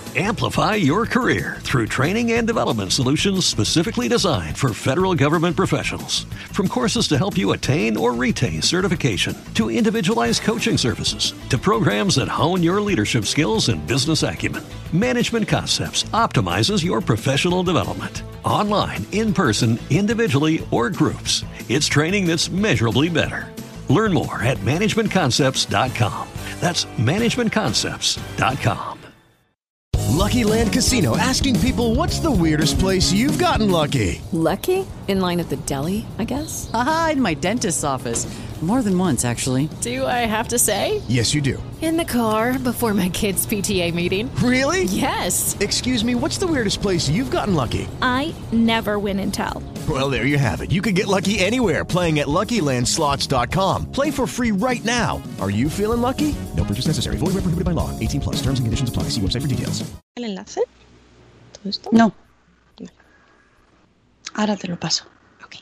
Amplify your career through training and development solutions specifically designed for federal government professionals. From courses to help you attain or retain certification, to individualized coaching services, to programs that hone your leadership skills and business acumen, Management Concepts optimizes your professional development. Online, in person, individually, or groups, it's training that's measurably better. Learn more at managementconcepts.com. That's managementconcepts.com. Lucky Land Casino, asking people, what's the weirdest place you've gotten lucky? Lucky? In line at the deli, I guess? Aha, in my dentist's office. More than once, actually. Do I have to say? Yes, you do. In the car before my kids' PTA meeting. Really? Yes. Excuse me, what's the weirdest place you've gotten lucky? I never win and tell. Well, there you have it. You can get lucky anywhere, playing at LuckyLandSlots.com. Play for free right now. Are you feeling lucky? No purchase necessary. Void where prohibited by law. 18 plus. Terms and conditions apply. See website for details. ¿El enlace? ¿Todo esto? No. Vale. Ahora te lo paso. Ok.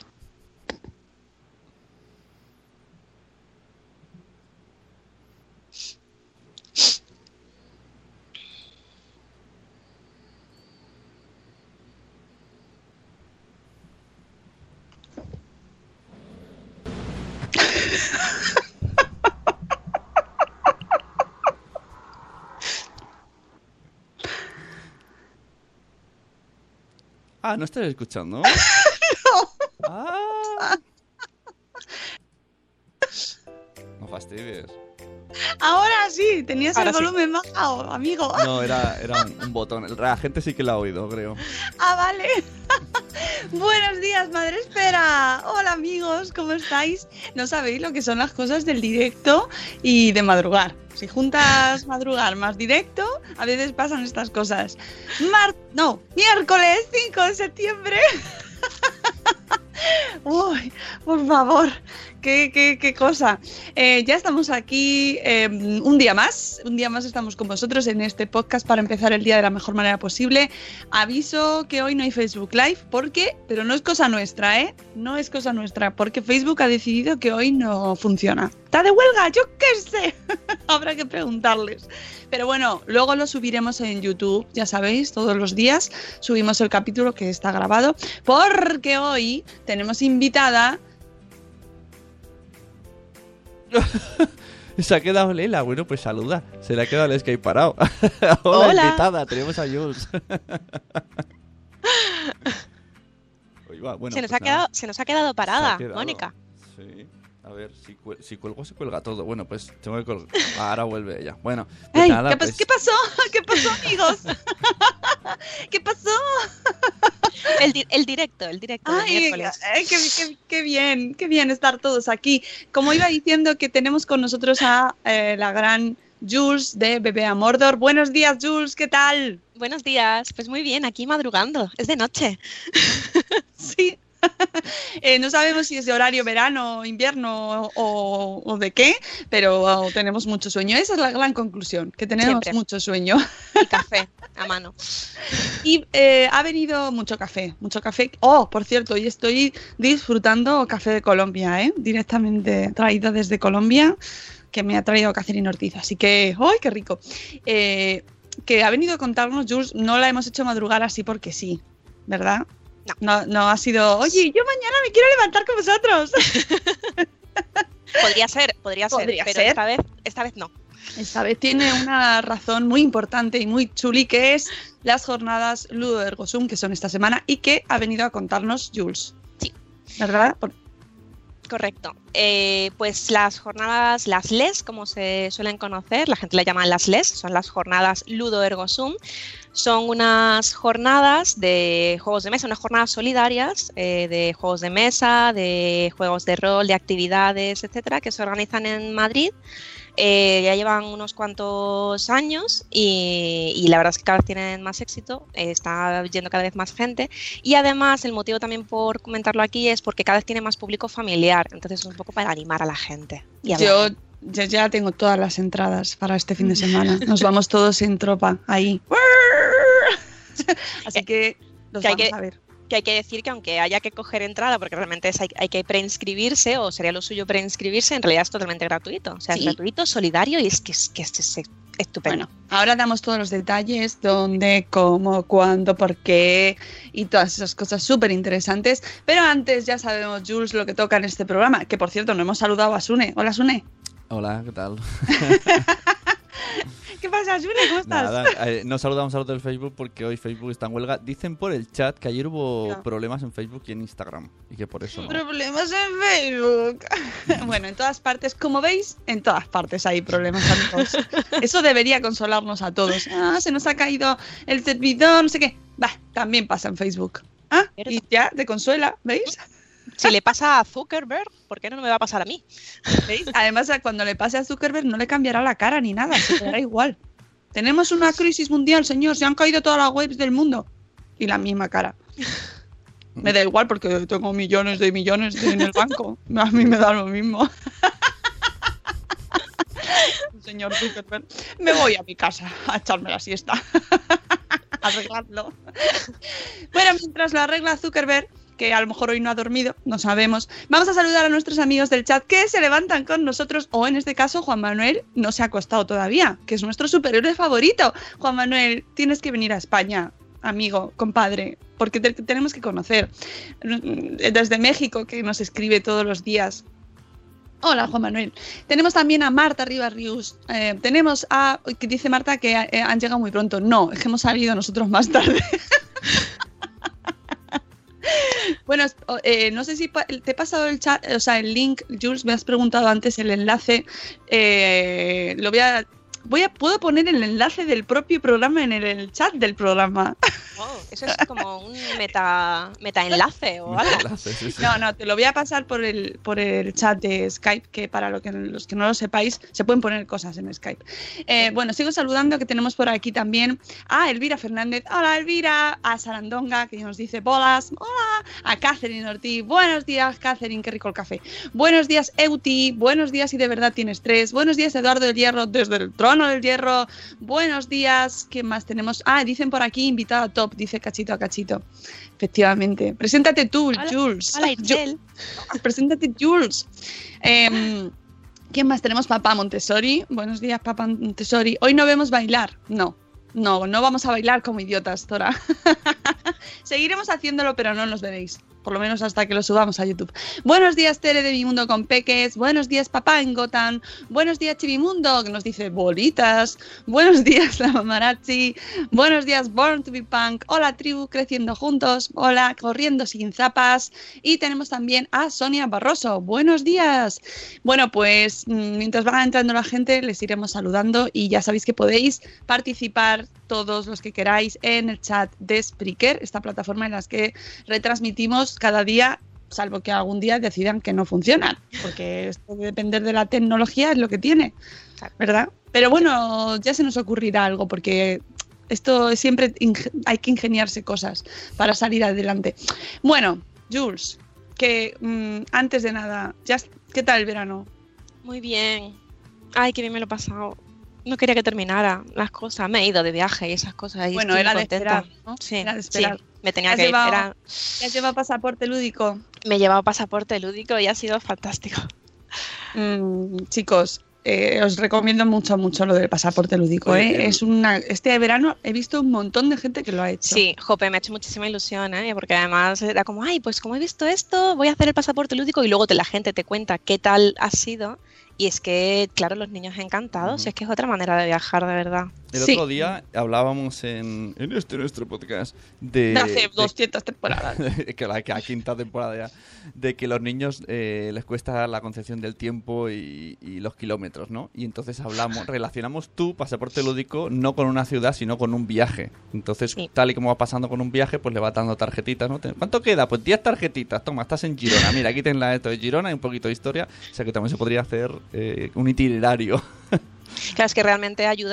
Ah, ¿no estás escuchando? No. Ah. No fastidies. Ahora sí, tenías Ahora el sí. volumen bajado, amigo. No, era un botón. La gente sí que la ha oído, creo. Ah, vale. Buenos días, Madre Espera. Hola, amigos, ¿cómo estáis? No sabéis lo que son las cosas del directo y de madrugar. Si juntas madrugar más directo, a veces pasan estas cosas. Miércoles 5 de septiembre. Uy, por favor, qué cosa. Ya estamos aquí un día más estamos con vosotros en este podcast para empezar el día de la mejor manera posible. Aviso que hoy no hay Facebook Live, pero no es cosa nuestra, ¿eh? No es cosa nuestra, porque Facebook ha decidido que hoy no funciona. ¿Está de huelga? Yo qué sé. Habrá que preguntarles. Pero bueno, luego lo subiremos en YouTube, ya sabéis, todos los días subimos el capítulo que está grabado, porque hoy tenemos invitada. Se ha quedado Lela. Bueno, pues saluda. Se le ha quedado el Skype parado. Hola, Hola. invitada. Tenemos a Jules. Bueno, se nos pues ha quedado parada, Se ha quedado. Mónica. Sí. A ver, si cuelgo, se cuelga todo. Bueno, pues tengo que colgar. Ahora vuelve ella. Bueno, pues Ay, nada. ¿qué pasó? ¿Qué pasó, amigos? ¿Qué pasó? El directo de miércoles. Qué bien estar todos aquí. Como iba diciendo, que tenemos con nosotros a la gran Jules de Bebé a Mordor. Buenos días, Jules, ¿qué tal? Buenos días. Pues muy bien, aquí madrugando. Es de noche. Sí. No sabemos si es de horario verano, invierno o de qué, pero tenemos mucho sueño. Esa es la gran conclusión, que tenemos Siempre. mucho sueño. Y café a mano. Y ha venido mucho café. Oh, por cierto, hoy estoy disfrutando café de Colombia, directamente traído desde Colombia, que me ha traído Catherine Ortiz. Así que, ¡ay, qué rico! Que ha venido a contarnos, Jules, no la hemos hecho madrugar así porque sí, ¿verdad? No ha sido, oye, yo mañana me quiero levantar con vosotros. Podría ser, pero ser. esta vez no. Esta vez tiene una razón muy importante y muy chuli, que es las jornadas Ludo Ergo Sum, que son esta semana y que ha venido a contarnos Jules. Sí. ¿Verdad? Correcto. Pues las jornadas, las LES, como se suelen conocer, la gente le llama las LES, son las jornadas Ludo Ergo Sum. Son unas jornadas de juegos de mesa, unas jornadas solidarias de juegos de mesa, de juegos de rol, de actividades, etcétera, que se organizan en Madrid. Ya llevan unos cuantos años y la verdad es que cada vez tienen más éxito, está yendo cada vez más gente y además el motivo también por comentarlo aquí es porque cada vez tiene más público familiar, entonces es un poco para animar a la gente. Yo ya tengo todas las entradas para este fin de semana, nos vamos todos en tropa ahí. Así que los vamos a ver. Que hay que decir que aunque haya que coger entrada, porque realmente hay que preinscribirse, o sería lo suyo preinscribirse, en realidad es totalmente gratuito. O sea, sí. Es gratuito, solidario y es que Estupendo. Bueno, ahora damos todos los detalles, dónde, cómo, cuándo, por qué y todas esas cosas súper interesantes. Pero antes ya sabemos, Jules, lo que toca en este programa, que por cierto no hemos saludado a Sune. Hola, Sune. Hola, ¿qué tal? ¿Qué pasa, Sune? ¿Cómo estás? Nada, no saludamos a los del Facebook porque hoy Facebook está en huelga. Dicen por el chat que ayer hubo problemas en Facebook y en Instagram y que por eso no. Problemas en Facebook. Bueno, en todas partes, como veis, en todas partes hay problemas, amigos. Eso debería consolarnos a todos. Se nos ha caído el servidor, no sé qué. También pasa en Facebook. Y ya te consuela, ¿veis? Si le pasa a Zuckerberg, ¿por qué no me va a pasar a mí? ¿Veis? Además, cuando le pase a Zuckerberg no le cambiará la cara ni nada, se quedará igual. Tenemos una crisis mundial, señor, se han caído todas las webs del mundo. Y la misma cara. Me da igual porque tengo millones en el banco. A mí me da lo mismo. Señor Zuckerberg, me voy a mi casa a echarme la siesta. Arreglarlo. Bueno, mientras lo arregla Zuckerberg, que a lo mejor hoy no ha dormido, no sabemos. Vamos a saludar a nuestros amigos del chat que se levantan con nosotros, o en este caso Juan Manuel no se ha acostado todavía, que es nuestro superhéroe favorito. Juan Manuel, tienes que venir a España, amigo, compadre, porque te tenemos que conocer. Desde México, que nos escribe todos los días. Hola, Juan Manuel. Tenemos también a Marta Rivas-Rius. Tenemos a... que dice Marta que han llegado muy pronto. No, es que hemos salido nosotros más tarde. Bueno, no sé si te he pasado el chat, o sea, el link, Jules, me has preguntado antes el enlace. Puedo poner el enlace del propio programa en el chat del programa. Eso es como un meta enlace o algo. Sí. No, te lo voy a pasar por el chat de Skype, que para los que no lo sepáis, se pueden poner cosas en Skype. Bueno, sigo saludando, que tenemos por aquí también a Elvira Fernández. Hola, Elvira. A Sarandonga, que nos dice bolas. Hola. A Catherine Ortiz. Buenos días, Catherine, qué rico el café. Buenos días, Euti. Buenos días, y de verdad tienes 3. Buenos días, Eduardo del Hierro, desde el trono del Hierro. Buenos días. ¿Qué más tenemos? Dicen por aquí, invitada top, dice Cachito a Cachito. Efectivamente. Preséntate tú, hola, Jules. Hola, Itzel. Preséntate, Jules. ¿Quién más tenemos? Papá Montessori. Buenos días, Papá Montessori. Hoy no vemos bailar. No vamos a bailar como idiotas, Zora. Seguiremos haciéndolo, pero no nos veréis. Por lo menos hasta que lo subamos a YouTube. Buenos días, Tere de Mi Mundo con Peques. Buenos días, Papá en Gotham. Buenos días, Chivimundo, que nos dice bolitas. Buenos días, La Mamarazzi. Buenos días, Born to be Punk. Hola, tribu, creciendo juntos. Hola, corriendo sin zapas. Y tenemos también a Sonia Barroso. Buenos días. Bueno, pues mientras va entrando la gente, les iremos saludando. Y ya sabéis que podéis participar todos los que queráis en el chat de Spreaker, esta plataforma en la que retransmitimos cada día, salvo que algún día decidan que no funcionan, porque esto de depender de la tecnología es lo que tiene, ¿verdad? Pero bueno, ya se nos ocurrirá algo, porque esto siempre hay que ingeniarse cosas para salir adelante. Bueno, Jules, que antes de nada, ¿qué tal el verano? Muy bien. Ay, qué bien me lo he pasado. No quería que terminara las cosas. Me he ido de viaje y esas cosas. Y bueno, era de esperar, ¿no? Sí, era de esperar. Sí, me tenía que ir. ¿Te has llevado pasaporte lúdico? Me he llevado pasaporte lúdico y ha sido fantástico. Chicos, os recomiendo mucho lo del pasaporte lúdico. Este verano he visto un montón de gente que lo ha hecho. Sí, jope, me ha hecho muchísima ilusión, porque además era como, pues como he visto esto, voy a hacer el pasaporte lúdico, y luego la gente te cuenta qué tal ha sido. Y es que, claro, los niños encantados, es que es otra manera de viajar, de verdad. El otro día hablábamos en nuestro podcast de hace 200 temporadas. Que la quinta temporada ya. De que los niños les cuesta la concepción del tiempo y los kilómetros, ¿no? Y entonces relacionamos tu pasaporte lúdico no con una ciudad, sino con un viaje. Entonces, tal y como va pasando con un viaje, pues le va dando tarjetitas, ¿no? ¿Cuánto queda? Pues 10 tarjetitas. Toma, estás en Girona. Mira, aquí tenla esto de Girona y un poquito de historia. O sea que también se podría hacer un itinerario. Claro, es que realmente ayuda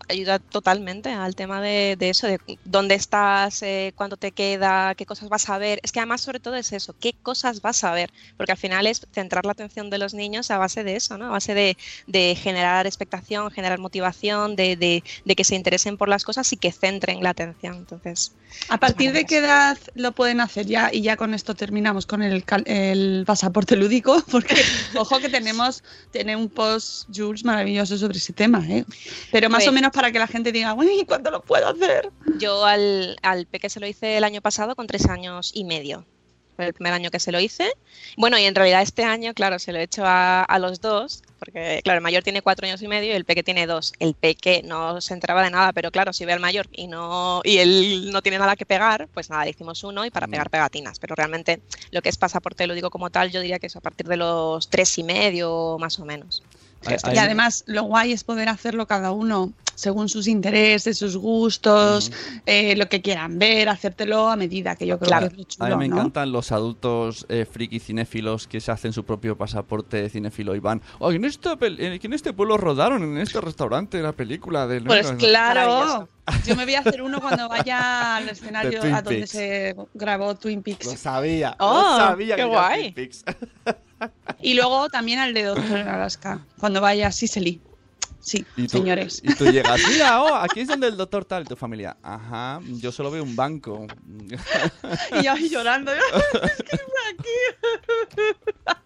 ayuda totalmente al tema de eso, de dónde estás, cuánto te queda, qué cosas vas a ver. Es que además sobre todo es eso, qué cosas vas a ver, porque al final es centrar la atención de los niños a base de eso, ¿no? A base de generar expectación, generar motivación, de que se interesen por las cosas y que centren la atención. Entonces, ¿a partir de qué edad lo pueden hacer ya? Y ya con esto terminamos con el pasaporte lúdico, porque ojo que tenemos un post, Jules, maravilloso sobre ese tema, ¿eh? Pero más o menos para que la gente diga, uy, ¿cuándo lo puedo hacer? Yo al peque se lo hice el año pasado con 3 años y medio. Fue el primer año que se lo hice. Bueno, y en realidad este año, claro, se lo he hecho a los dos, porque claro, el mayor tiene 4 años y medio y el peque tiene 2. El peque no se enteraba de nada, pero claro, si ve al mayor y él no tiene nada que pegar, pues nada, le hicimos uno y para pegar pegatinas. Pero realmente lo que es pasaporte lúdico como tal, yo diría que es a partir de los 3 y medio, más o menos. Y además lo guay es poder hacerlo cada uno según sus intereses, sus gustos, lo que quieran ver, hacértelo a medida, que yo creo que es lo chulo, a mí me ¿no? encantan los adultos friki cinéfilos que se hacen su propio pasaporte cinéfilo y van, oh, en este pueblo rodaron, en este restaurante, la película del... Pues claro, yo me voy a hacer uno cuando vaya al escenario a donde se grabó Twin Peaks. Lo sabía, qué guay. Twin Peaks. Y luego también al de Doctor en Alaska, cuando vaya a Sicily. Sí, señores. Y tú llegas, mira, aquí es donde el doctor tal, y tu familia, ajá, yo solo veo un banco. Y yo ahí llorando, es que es aquí.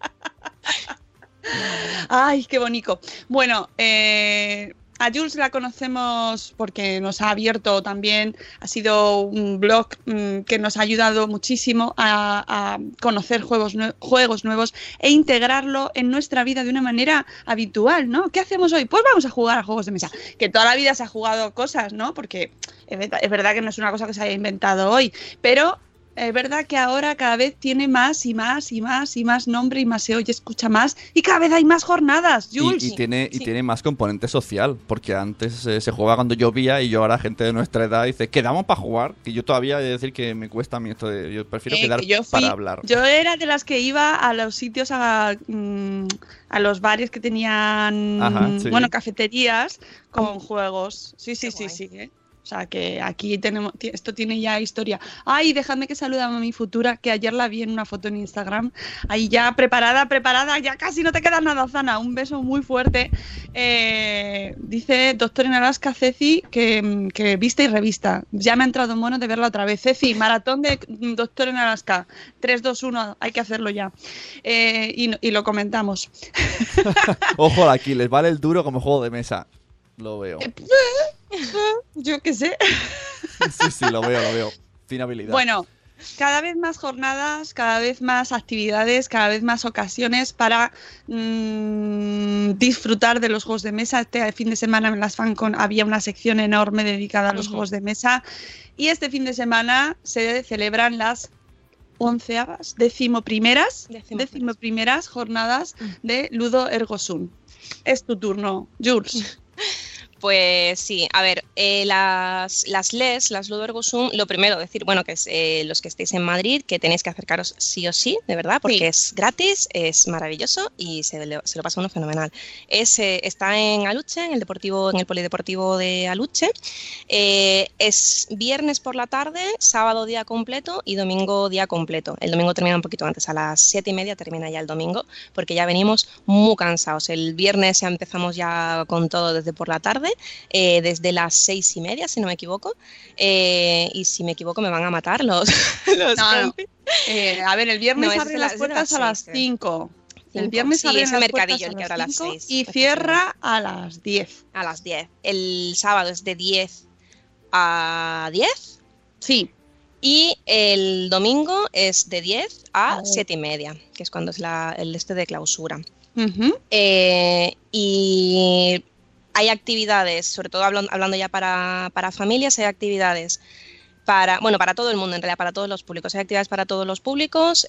Ay, qué bonito. Bueno, a Jules la conocemos porque nos ha abierto también, ha sido un blog que nos ha ayudado muchísimo a conocer juegos nuevos e integrarlo en nuestra vida de una manera habitual, ¿no? ¿Qué hacemos hoy? Pues vamos a jugar a juegos de mesa, que toda la vida se ha jugado cosas, ¿no? Porque es verdad que no es una cosa que se haya inventado hoy, pero... Es verdad que ahora cada vez tiene más y más y más y más nombre y más se oye, escucha más y cada vez hay más jornadas, Jules. Y tiene más componente social, porque antes se jugaba cuando llovía y yo ahora gente de nuestra edad dice, quedamos para jugar, que yo todavía he de decir que me cuesta a mí esto de, yo prefiero quedar para hablar. Yo era de las que iba a los sitios, a los bares que tenían, cafeterías con juegos. Sí. O sea, que aquí esto tiene ya historia. Ay, dejadme que salude a mi futura, que ayer la vi en una foto en Instagram. Ahí ya preparada, ya casi no te queda nada, Zana. Un beso muy fuerte. Dice Doctor en Alaska, Ceci, que vista y revista. Ya me ha entrado mono de verla otra vez. Ceci, maratón de Doctor en Alaska. 3, 2, 1, hay que hacerlo ya. Y lo comentamos. Ojo, aquí les vale el duro como juego de mesa. Lo veo. Yo qué sé. Sí, lo veo. Fin habilidad. Bueno, cada vez más jornadas, cada vez más actividades, cada vez más ocasiones para disfrutar de los juegos de mesa. Este fin de semana en las FanCon había una sección enorme dedicada a los juegos de mesa. Y este fin de semana se celebran las 11ª, decimoprimeras jornadas de Ludo Ergo Sum. Es tu turno, Jules. Pues sí, a ver, las Ludo Ergo Sum, lo primero decir, bueno, que es los que estéis en Madrid, que tenéis que acercaros sí o sí, de verdad, porque es gratis, es maravilloso y se lo pasa uno fenomenal. Está en Aluche, en el Polideportivo de Aluche. Es viernes por la tarde, sábado día completo y domingo día completo. El domingo termina un poquito antes, a las 7:30 termina ya el domingo, porque ya venimos muy cansados. El viernes ya empezamos ya con todo desde por la tarde. Desde las 6:30, si no me equivoco, y si me equivoco me van a matar los no. A ver, el viernes abren las puertas a las 5. El viernes abren las mercadillo el que abre a las 6 y cierra a las 10. A las 10. El sábado es de 10 a 10. Sí. Y el domingo es de 10 a 7:30, que es cuando es el de clausura. Uh-huh. Y hay actividades, sobre todo hablando ya para familias, hay actividades para todo el mundo, en realidad, para todos los públicos. Hay actividades para todos los públicos,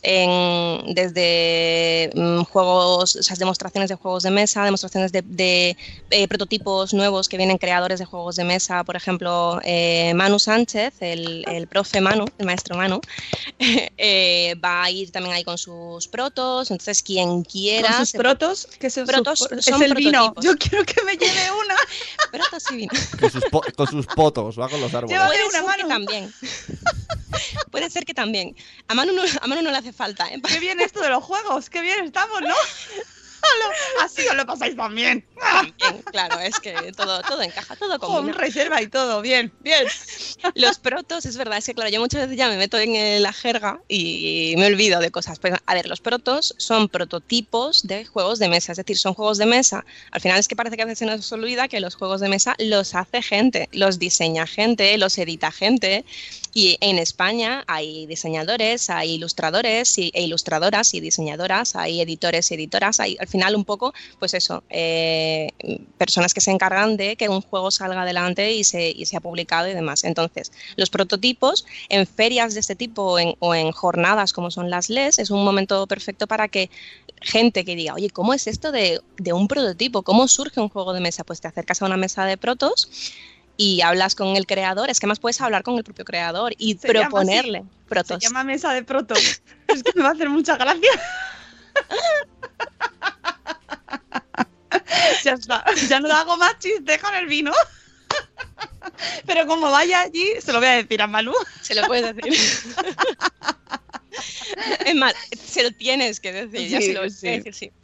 desde juegos, o sea, demostraciones de juegos de mesa, demostraciones de prototipos nuevos que vienen creadores de juegos de mesa, por ejemplo, Manu Sánchez, el profe Manu, el maestro Manu, va a ir también ahí con sus protos, entonces quien quiera... ¿Con sus protos? ¿Qué son protos? Es el vino. Yo quiero que me lleve una. Protos y vino. Con sus potos, va con los árboles. Llévame Puede una, ser que Manu. también. Puede ser que también. A Manu no le hace falta, ¿eh? Qué bien esto de los juegos, qué bien estamos, ¿no? Así os lo pasáis también. También, claro, es que todo encaja, todo Con combina. reserva y todo, bien. Los protos, es verdad, es que claro, yo muchas veces ya me meto en la jerga y me olvido de cosas. Pues, a ver, los protos son prototipos de juegos de mesa, es decir, son juegos de mesa. Al final es que parece que a veces se nos olvida que los juegos de mesa los hace gente, los diseña gente, los edita gente. Y en España hay diseñadores, hay ilustradores e ilustradoras y diseñadoras, hay editores y editoras, hay al final un poco, pues eso, personas que se encargan de que un juego salga adelante y sea publicado y demás. Entonces, los prototipos en ferias de este tipo o en jornadas como son las LES es un momento perfecto para que gente que diga, oye, ¿cómo es esto de un prototipo? ¿Cómo surge un juego de mesa? Pues te acercas a una mesa de protos y hablas con el creador, es que más puedes hablar con el propio creador y proponerle protos. Se llama mesa de protos. Es que me va a hacer mucha gracia. Ya está, ya no hago más chistes con el vino. Pero como vaya allí, se lo voy a decir a Manu. Se lo puedes decir. Es más, se lo tienes que decir, Sí, ya se lo voy a decir, sí.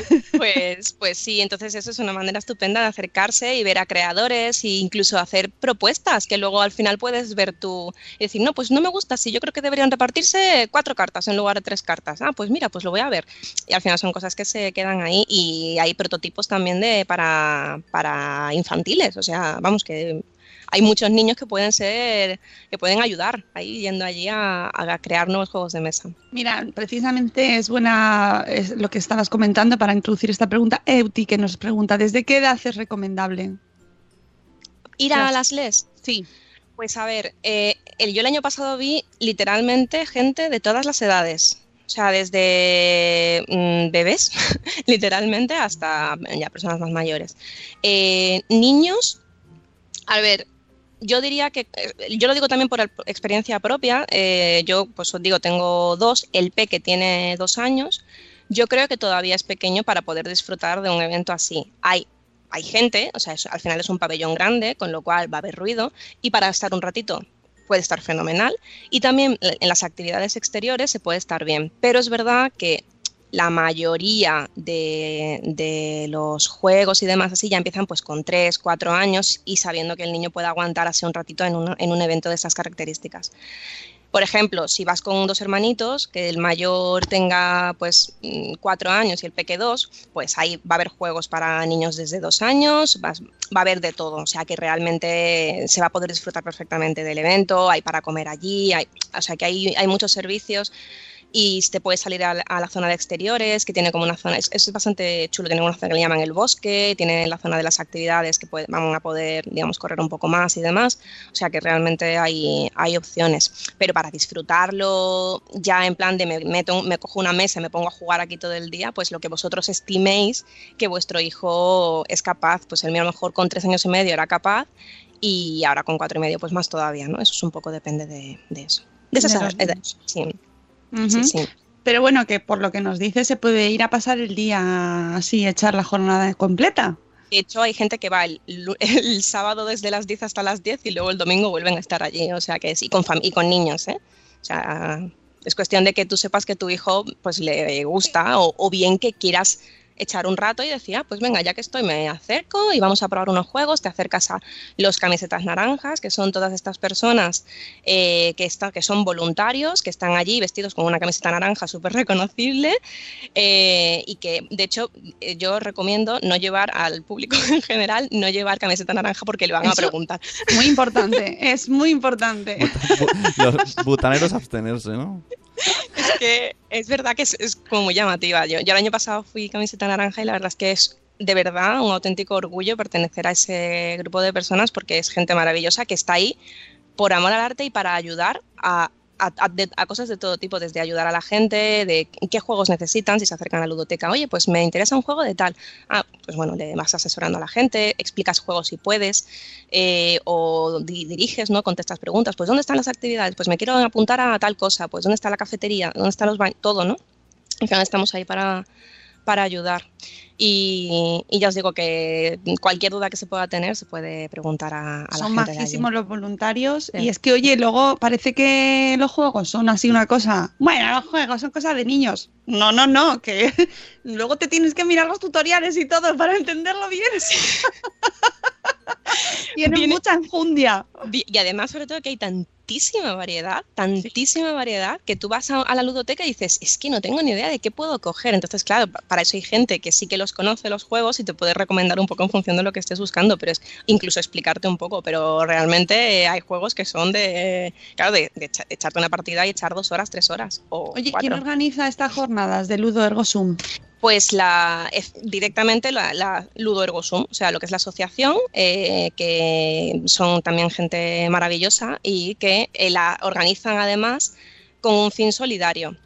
Pues sí, entonces eso es una manera estupenda de acercarse y ver a creadores e incluso hacer propuestas que luego al final puedes ver tú y decir, no, pues no me gusta, sí, yo creo que deberían repartirse 4 cartas en lugar de 3 cartas. Ah, pues mira, pues lo voy a ver. Y al final son cosas que se quedan ahí y hay prototipos también para infantiles, o sea, vamos que... Hay muchos niños que pueden ayudar ahí yendo allí a crear nuevos juegos de mesa. Mira, precisamente es lo que estabas comentando para introducir esta pregunta. Euti, que nos pregunta, ¿desde qué edad es recomendable ir a las LES? Sí. Pues a ver, yo el año pasado vi literalmente gente de todas las edades. O sea, desde bebés, literalmente, hasta ya personas más mayores. Niños, a ver, yo diría que, yo lo digo también por experiencia propia, yo pues os digo, tengo 2, el peque tiene 2 años, yo creo que todavía es pequeño para poder disfrutar de un evento así. Hay gente, o sea, al final es un pabellón grande, con lo cual va a haber ruido, y para estar un ratito puede estar fenomenal, y también en las actividades exteriores se puede estar bien, pero es verdad que la mayoría de los juegos y demás así ya empiezan pues con 3, 4 años y sabiendo que el niño puede aguantar así un ratito en un evento de estas características. Por ejemplo, si vas con 2 hermanitos, que el mayor tenga pues 4 años y el peque 2, pues ahí va a haber juegos para niños desde 2 años, va a haber de todo, o sea que realmente se va a poder disfrutar perfectamente del evento, hay para comer allí, o sea que hay muchos servicios. Y te puedes salir a la zona de exteriores, que tiene como una zona, es bastante chulo, tiene una zona que le llaman el bosque, tiene la zona de las actividades que van a poder, digamos, correr un poco más y demás, o sea que realmente hay opciones, pero para disfrutarlo ya en plan de me cojo una mesa y me pongo a jugar aquí todo el día, pues lo que vosotros estiméis que vuestro hijo es capaz, pues el mío a lo mejor con 3 años y medio era capaz y ahora con 4 y medio pues más todavía, ¿no? Eso es un poco depende de eso. De esas edades, sí. Uh-huh. Sí, sí. Pero bueno, que por lo que nos dice se puede ir a pasar el día así, echar la jornada completa. De hecho, hay gente que va el sábado desde las 10 hasta las 10 y luego el domingo vuelven a estar allí, o sea que sí, y con niños, ¿eh? O sea, es cuestión de que tú sepas que tu hijo pues le gusta o bien que quieras echar un rato y decir, pues venga, ya que estoy me acerco y vamos a probar unos juegos, te acercas a los camisetas naranjas, que son todas estas personas que son voluntarios, que están allí vestidos con una camiseta naranja súper reconocible y que, de hecho, yo recomiendo no llevar al público en general, no llevar camiseta naranja porque le van a preguntar. Muy importante, es muy importante. Los butaneros abstenerse, ¿no? Es que es verdad que es como muy llamativa. Yo el año pasado fui camiseta naranja y la verdad es que es de verdad un auténtico orgullo pertenecer a ese grupo de personas porque es gente maravillosa que está ahí por amor al arte y para ayudar a cosas de todo tipo, desde ayudar a la gente, de qué juegos necesitan, si se acercan a la ludoteca, oye, pues me interesa un juego de tal. Pues bueno, le vas asesorando a la gente, explicas juegos si puedes, o diriges, ¿no? Contestas preguntas, pues ¿dónde están las actividades? Pues me quiero apuntar a tal cosa, pues ¿dónde está la cafetería? ¿Dónde están los baños? Todo, ¿no? Al final estamos ahí para ayudar. Y ya os digo que cualquier duda que se pueda tener se puede preguntar a la gente. Son majísimos los voluntarios. Sí. Y es que, oye, luego parece que los juegos son así una cosa. Bueno, los juegos son cosas de niños. No, que luego te tienes que mirar los tutoriales y todo para entenderlo bien. Tienen mucha enjundia. Y además, sobre todo, que hay tantísima variedad, que tú vas a la ludoteca y dices, es que no tengo ni idea de qué puedo coger. Entonces, claro, para eso hay gente que sí que los conoce los juegos y te puede recomendar un poco en función de lo que estés buscando, pero es incluso explicarte un poco, pero realmente hay juegos que son de echarte una partida y echar 2 horas, 3 horas o Oye, 4. ¿quién organiza estas jornadas de Ludo Ergo Sum? Pues directamente la Ludo Ergo Sum, o sea, lo que es la asociación, que son también gente maravillosa y que la organizan además con un fin solidario.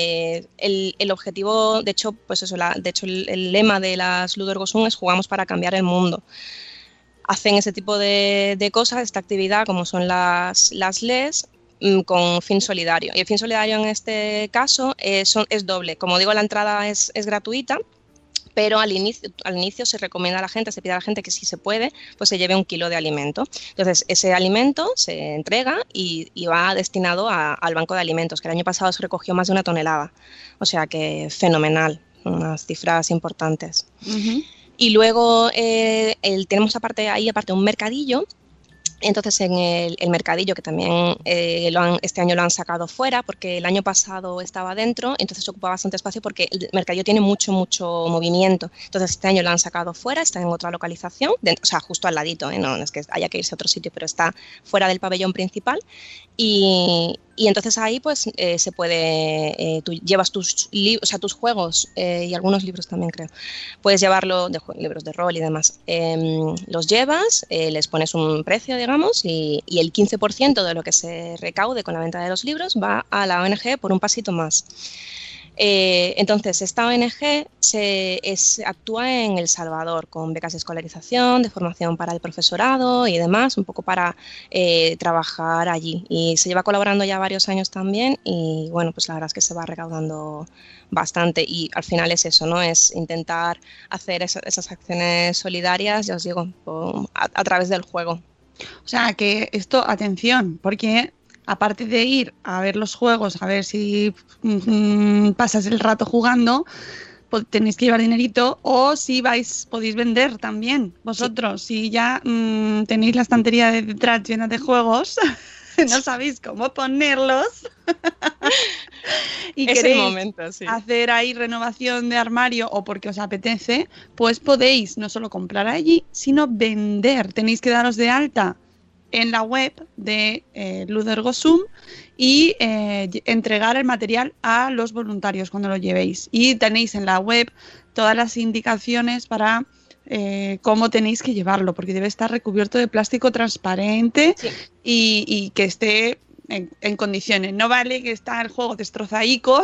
El objetivo, de hecho, pues eso, el lema de las Ludo Ergo Sum es jugamos para cambiar el mundo. Hacen ese tipo de cosas, esta actividad, como son las LES, con fin solidario. Y el fin solidario en este caso es doble. Como digo, la entrada es gratuita, pero al inicio se recomienda a la gente, se pide a la gente que si se puede, pues se lleve 1 kilo de alimento. Entonces, ese alimento se entrega y va destinado al banco de alimentos, que el año pasado se recogió más de 1 tonelada. O sea que fenomenal, unas cifras importantes. Uh-huh. Y luego tenemos aparte un mercadillo. Entonces, en el mercadillo, que también este año lo han sacado fuera, porque el año pasado estaba dentro, entonces ocupa bastante espacio porque el mercadillo tiene mucho movimiento. Entonces, este año lo han sacado fuera, está en otra localización, o sea, justo al ladito, no es que haya que irse a otro sitio, pero está fuera del pabellón principal. Y entonces ahí pues se puede, tú llevas tus juegos y algunos libros también creo, puedes llevarlo, libros de rol y demás, los llevas, les pones un precio digamos y el 15% de lo que se recaude con la venta de los libros va a la ONG por un pasito más. Entonces, esta ONG actúa en El Salvador con becas de escolarización, de formación para el profesorado y demás, un poco para trabajar allí. Y se lleva colaborando ya varios años también y, bueno, pues la verdad es que se va recaudando bastante y al final es eso, ¿no? Es intentar hacer esas acciones solidarias, ya os digo, a través del juego. O sea, que esto, atención, porque aparte de ir a ver los juegos, a ver si pasas el rato jugando, tenéis que llevar dinerito o si podéis vender también vosotros. Sí. Si ya tenéis la estantería de detrás llena de juegos, no sabéis cómo ponerlos y es queréis el momento, sí, hacer ahí renovación de armario o porque os apetece, pues podéis no solo comprar allí, sino vender. Tenéis que daros de alta en la web de Ludo Ergo Sum y entregar el material a los voluntarios cuando lo llevéis. Y tenéis en la web todas las indicaciones para cómo tenéis que llevarlo, porque debe estar recubierto de plástico transparente, sí, y que esté en condiciones. No vale que está el juego destrozaico.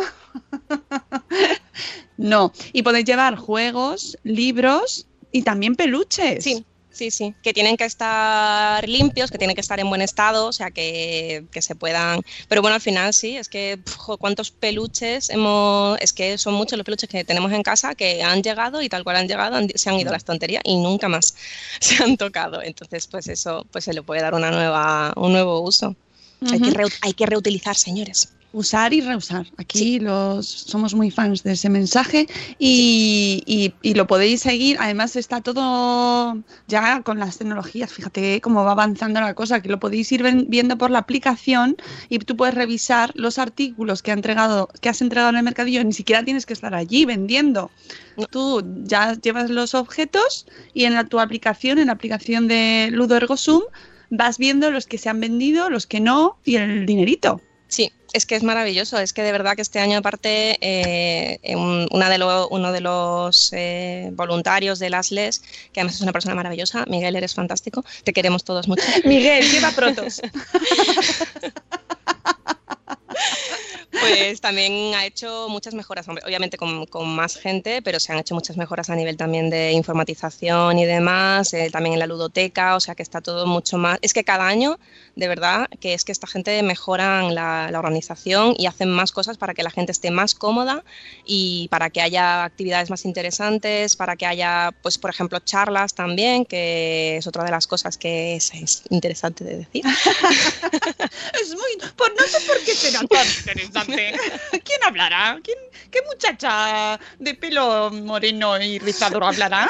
No. Y podéis llevar juegos, libros y también peluches. Sí. Sí, que tienen que estar limpios, que tienen que estar en buen estado, o sea, que se puedan... Pero bueno, al final sí, es que cuántos peluches es que son muchos los peluches que tenemos en casa que han llegado y tal cual han llegado, se han ido a la estantería y nunca más se han tocado. Entonces, pues eso pues se le puede dar un nuevo uso. Uh-huh. Hay que reutilizar, señores. Usar y reusar. Aquí somos muy fans de ese mensaje y lo podéis seguir. Además está todo ya con las tecnologías. Fíjate cómo va avanzando la cosa, que lo podéis ir viendo por la aplicación y tú puedes revisar los artículos que has entregado en el mercadillo. Ni siquiera tienes que estar allí vendiendo. Tú ya llevas los objetos y en la aplicación de Ludo Ergo Sum, vas viendo los que se han vendido, los que no y el dinerito. Sí, es que es maravilloso. Es que de verdad que este año, aparte, uno de los voluntarios de las LES, que además es una persona maravillosa, Miguel, eres fantástico, te queremos todos mucho. Miguel, lleva protos. Pues también ha hecho muchas mejoras, obviamente con más gente, pero se han hecho muchas mejoras a nivel también de informatización y demás, también en la ludoteca, o sea que está todo mucho más... Es que cada año, de verdad, que es que esta gente mejoran la organización y hacen más cosas para que la gente esté más cómoda y para que haya actividades más interesantes, para que haya, pues por ejemplo, charlas también, que es otra de las cosas que es interesante de decir. Es muy... Pues no sé por qué será tan interesante. ¿Quién hablará? ¿Qué muchacha de pelo moreno y rizado hablará?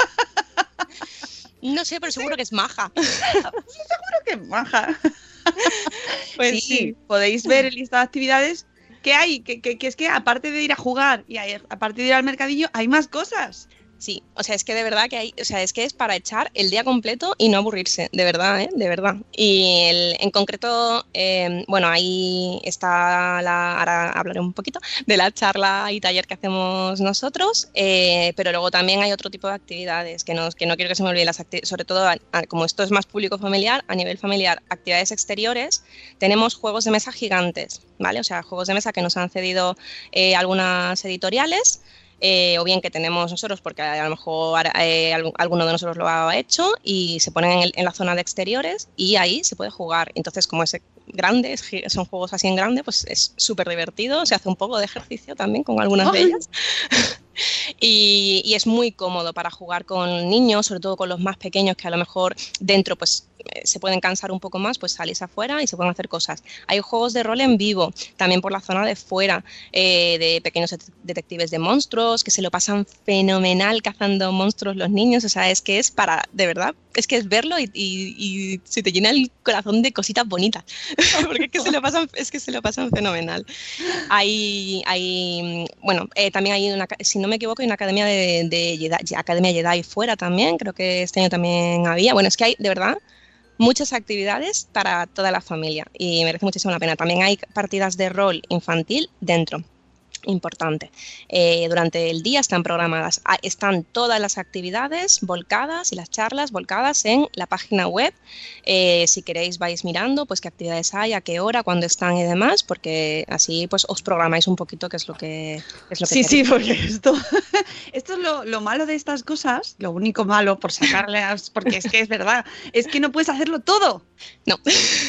No sé, pero seguro que es maja. Seguro que es maja. Pues sí, podéis ver el listado de actividades que hay, que es que aparte de ir a jugar y aparte de ir al mercadillo, hay más cosas. Sí, o sea, es que de verdad que hay, o sea, es que es para echar el día completo y no aburrirse, de verdad, ¿eh? De verdad. Y en concreto, bueno, ahí está ahora hablaré un poquito de la charla y taller que hacemos nosotros, pero luego también hay otro tipo de actividades que no quiero que se me olviden las actividades, sobre todo como esto es más público familiar, a nivel familiar, actividades exteriores, tenemos juegos de mesa gigantes, ¿vale? O sea, juegos de mesa que nos han cedido algunas editoriales. O bien que tenemos nosotros porque a lo mejor alguno de nosotros lo ha hecho y se ponen en la zona de exteriores y ahí se puede jugar. Entonces, como es grande, son juegos así en grande, pues es súper divertido, se hace un poco de ejercicio también con algunas de ellas. Y es muy cómodo para jugar con niños, sobre todo con los más pequeños que a lo mejor dentro pues se pueden cansar un poco más, pues salís afuera y se pueden hacer cosas. Hay juegos de rol en vivo, también por la zona de fuera, de pequeños detectives de monstruos, que se lo pasan fenomenal cazando monstruos los niños, o sea, es que es para, de verdad, es que es verlo y se te llena el corazón de cositas bonitas, porque es que se lo pasan fenomenal. Bueno, también hay si no me equivoco, hay una academia Academia Jedi fuera también, creo que este año también había. Bueno, es que hay, de verdad, muchas actividades para toda la familia y merece muchísimo la pena. También hay partidas de rol infantil dentro. Importante. Durante el día están programadas, están todas las actividades volcadas y las charlas volcadas en la página web. Si queréis vais mirando pues qué actividades hay, a qué hora, cuándo están y demás, porque así pues os programáis un poquito qué es lo que Sí, porque esto es lo malo de estas cosas, lo único malo por sacarlas, porque es que es verdad, es que no puedes hacerlo todo. No.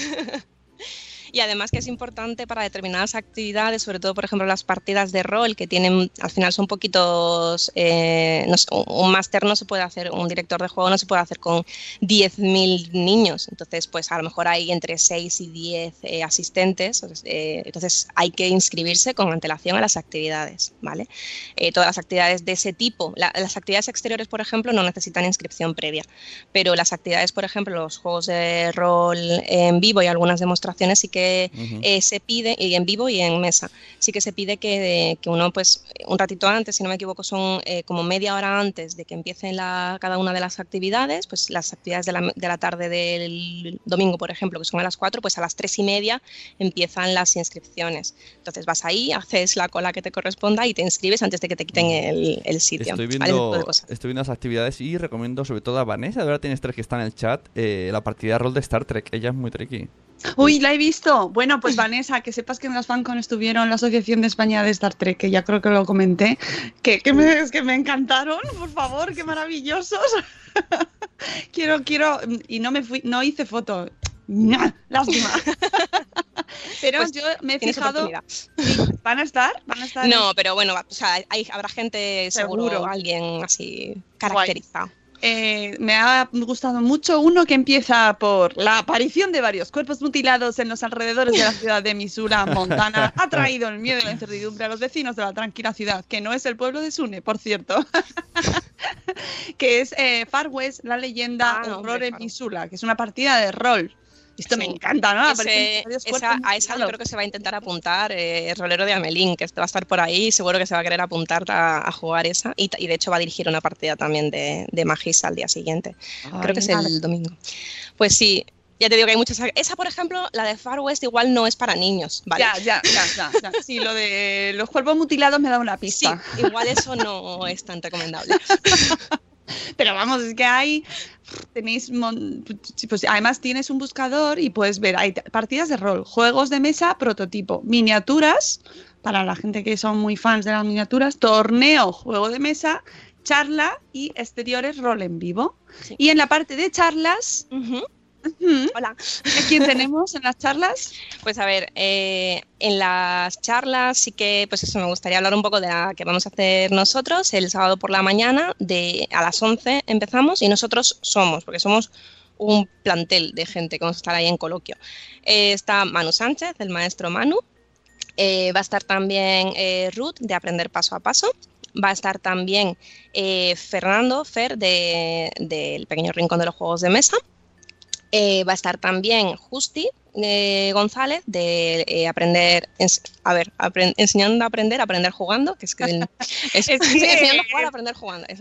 Y además que es importante para determinadas actividades, sobre todo, por ejemplo, las partidas de rol, que tienen, al final son poquitos, un máster no se puede hacer, un director de juego no se puede hacer con 10.000 niños, entonces pues a lo mejor hay entre 6 y 10 asistentes, entonces hay que inscribirse con antelación a las actividades, ¿vale? Todas las actividades de ese tipo, las actividades exteriores, por ejemplo, no necesitan inscripción previa, pero las actividades, por ejemplo, los juegos de rol en vivo y algunas demostraciones sí que se pide, y en vivo y en mesa, sí que se pide que uno pues un ratito antes, si no me equivoco son como media hora antes de que empiecen cada una de las actividades, pues las actividades de la tarde del domingo, por ejemplo, que son a las 4, pues a las 3:30 empiezan las inscripciones. Entonces vas ahí, haces la cola que te corresponda y te inscribes antes de que te quiten el sitio. Estoy viendo las actividades y recomiendo sobre todo a Vanessa, ahora tienes 3 que está en el chat, la partida de rol de Star Trek, ella es muy tricky. Uy, la he visto. Bueno, pues Vanessa, que sepas que en las FanCon estuvieron en la Asociación de España de Star Trek, que ya creo que lo comenté, que me encantaron, por favor, qué maravillosos. quiero, y no hice foto. Lástima. Pero pues yo me he fijado. Sí, ¿Van a estar? No, pero bueno, o sea, habrá gente seguro, alguien así caracterizado. Guay. Me ha gustado mucho uno que empieza por la aparición de varios cuerpos mutilados en los alrededores de la ciudad de Missoula, Montana. Ha traído el miedo y la incertidumbre a los vecinos de la tranquila ciudad, que no es el pueblo de Sune, por cierto. Que es Far West, la leyenda horror en Missoula, que es una partida de rol. Esto sí, me encanta, ¿no? A esa yo creo que se va a intentar apuntar el rolero de Amelín, que va a estar por ahí, seguro que se va a querer apuntar a jugar esa, y de hecho va a dirigir una partida también de Magis al día siguiente. Creo que es el domingo. Pues sí, Ya te digo que hay muchas. Esa, por ejemplo, la de Far West igual no es para niños, ¿vale? Ya. Sí, lo de los cuerpos mutilados me da una pista. Sí, igual eso no es tan recomendable. Pero vamos, es que pues además tienes un buscador y puedes ver, hay partidas de rol, juegos de mesa, prototipo, miniaturas, para la gente que son muy fans de las miniaturas, torneo, juego de mesa, charla y exteriores, rol en vivo. Sí. Y en la parte de charlas... Hola. ¿A quién tenemos en las charlas? Pues a ver, en las charlas sí que, pues eso, me gustaría hablar un poco de la que vamos a hacer nosotros el sábado por la mañana, a las 11 empezamos y nosotros porque somos un plantel de gente que vamos a estar ahí en coloquio. Está Manu Sánchez, el maestro Manu, va a estar también Ruth de Aprender Paso a Paso. Va a estar también Fernando, Fer, del Pequeño Rincón de los Juegos de Mesa. Va a estar también Justi González de enseñando a aprender jugando, que es que enseñando a jugar a aprender jugando, eso.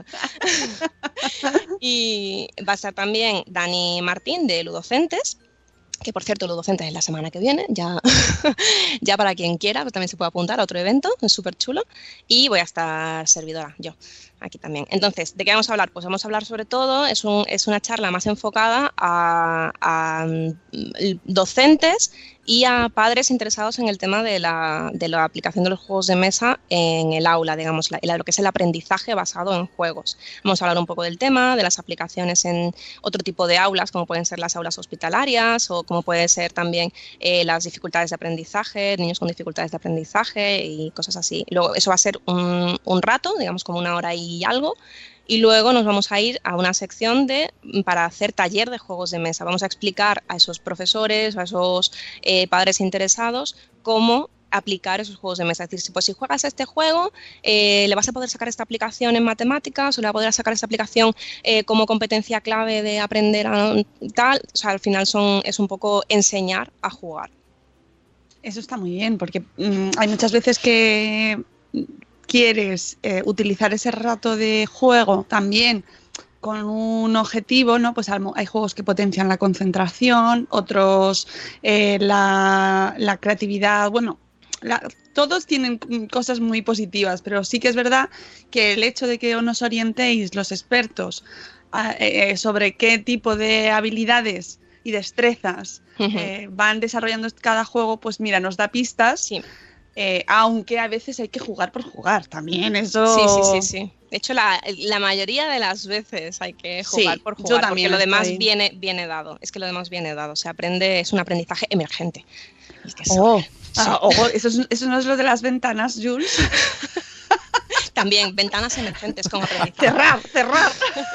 Y va a estar también Dani Martín de Ludocentes, que por cierto Ludocentes es la semana que viene, ya para quien quiera, pues también se puede apuntar a otro evento, es súper chulo. Y voy a estar servidora, yo, aquí también. Entonces, ¿de qué vamos a hablar? Pues vamos a hablar sobre todo, es una charla más enfocada a docentes y a padres interesados en el tema de la aplicación de los juegos de mesa en el aula, digamos, lo que es el aprendizaje basado en juegos. Vamos a hablar un poco del tema, de las aplicaciones en otro tipo de aulas, como pueden ser las aulas hospitalarias o como puede ser también las dificultades de aprendizaje, niños con dificultades de aprendizaje y cosas así. Luego, eso va a ser un rato, digamos como 1 hora y algo. Y luego nos vamos a ir a una sección para hacer taller de juegos de mesa. Vamos a explicar a esos profesores, a esos padres interesados, cómo aplicar esos juegos de mesa. Es decir, si juegas este juego, le vas a poder sacar esta aplicación en matemáticas o le vas a poder sacar esta aplicación como competencia clave de aprender a tal. O sea, al final es un poco enseñar a jugar. Eso está muy bien, porque hay muchas veces que... quieres utilizar ese rato de juego también con un objetivo, ¿no? Pues hay juegos que potencian la concentración, otros la creatividad, bueno, todos tienen cosas muy positivas, pero sí que es verdad que el hecho de que nos orientéis los expertos sobre qué tipo de habilidades y destrezas van desarrollando cada juego, pues mira, nos da pistas. Sí. Aunque a veces hay que jugar por jugar también, eso... Sí. De hecho, la mayoría de las veces hay que jugar por jugar, porque lo demás viene dado. Es que lo demás viene dado, se aprende, es un aprendizaje emergente. Es que eso no es lo de las ventanas, Jules. También, ventanas emergentes con aprendizaje. Cerrar.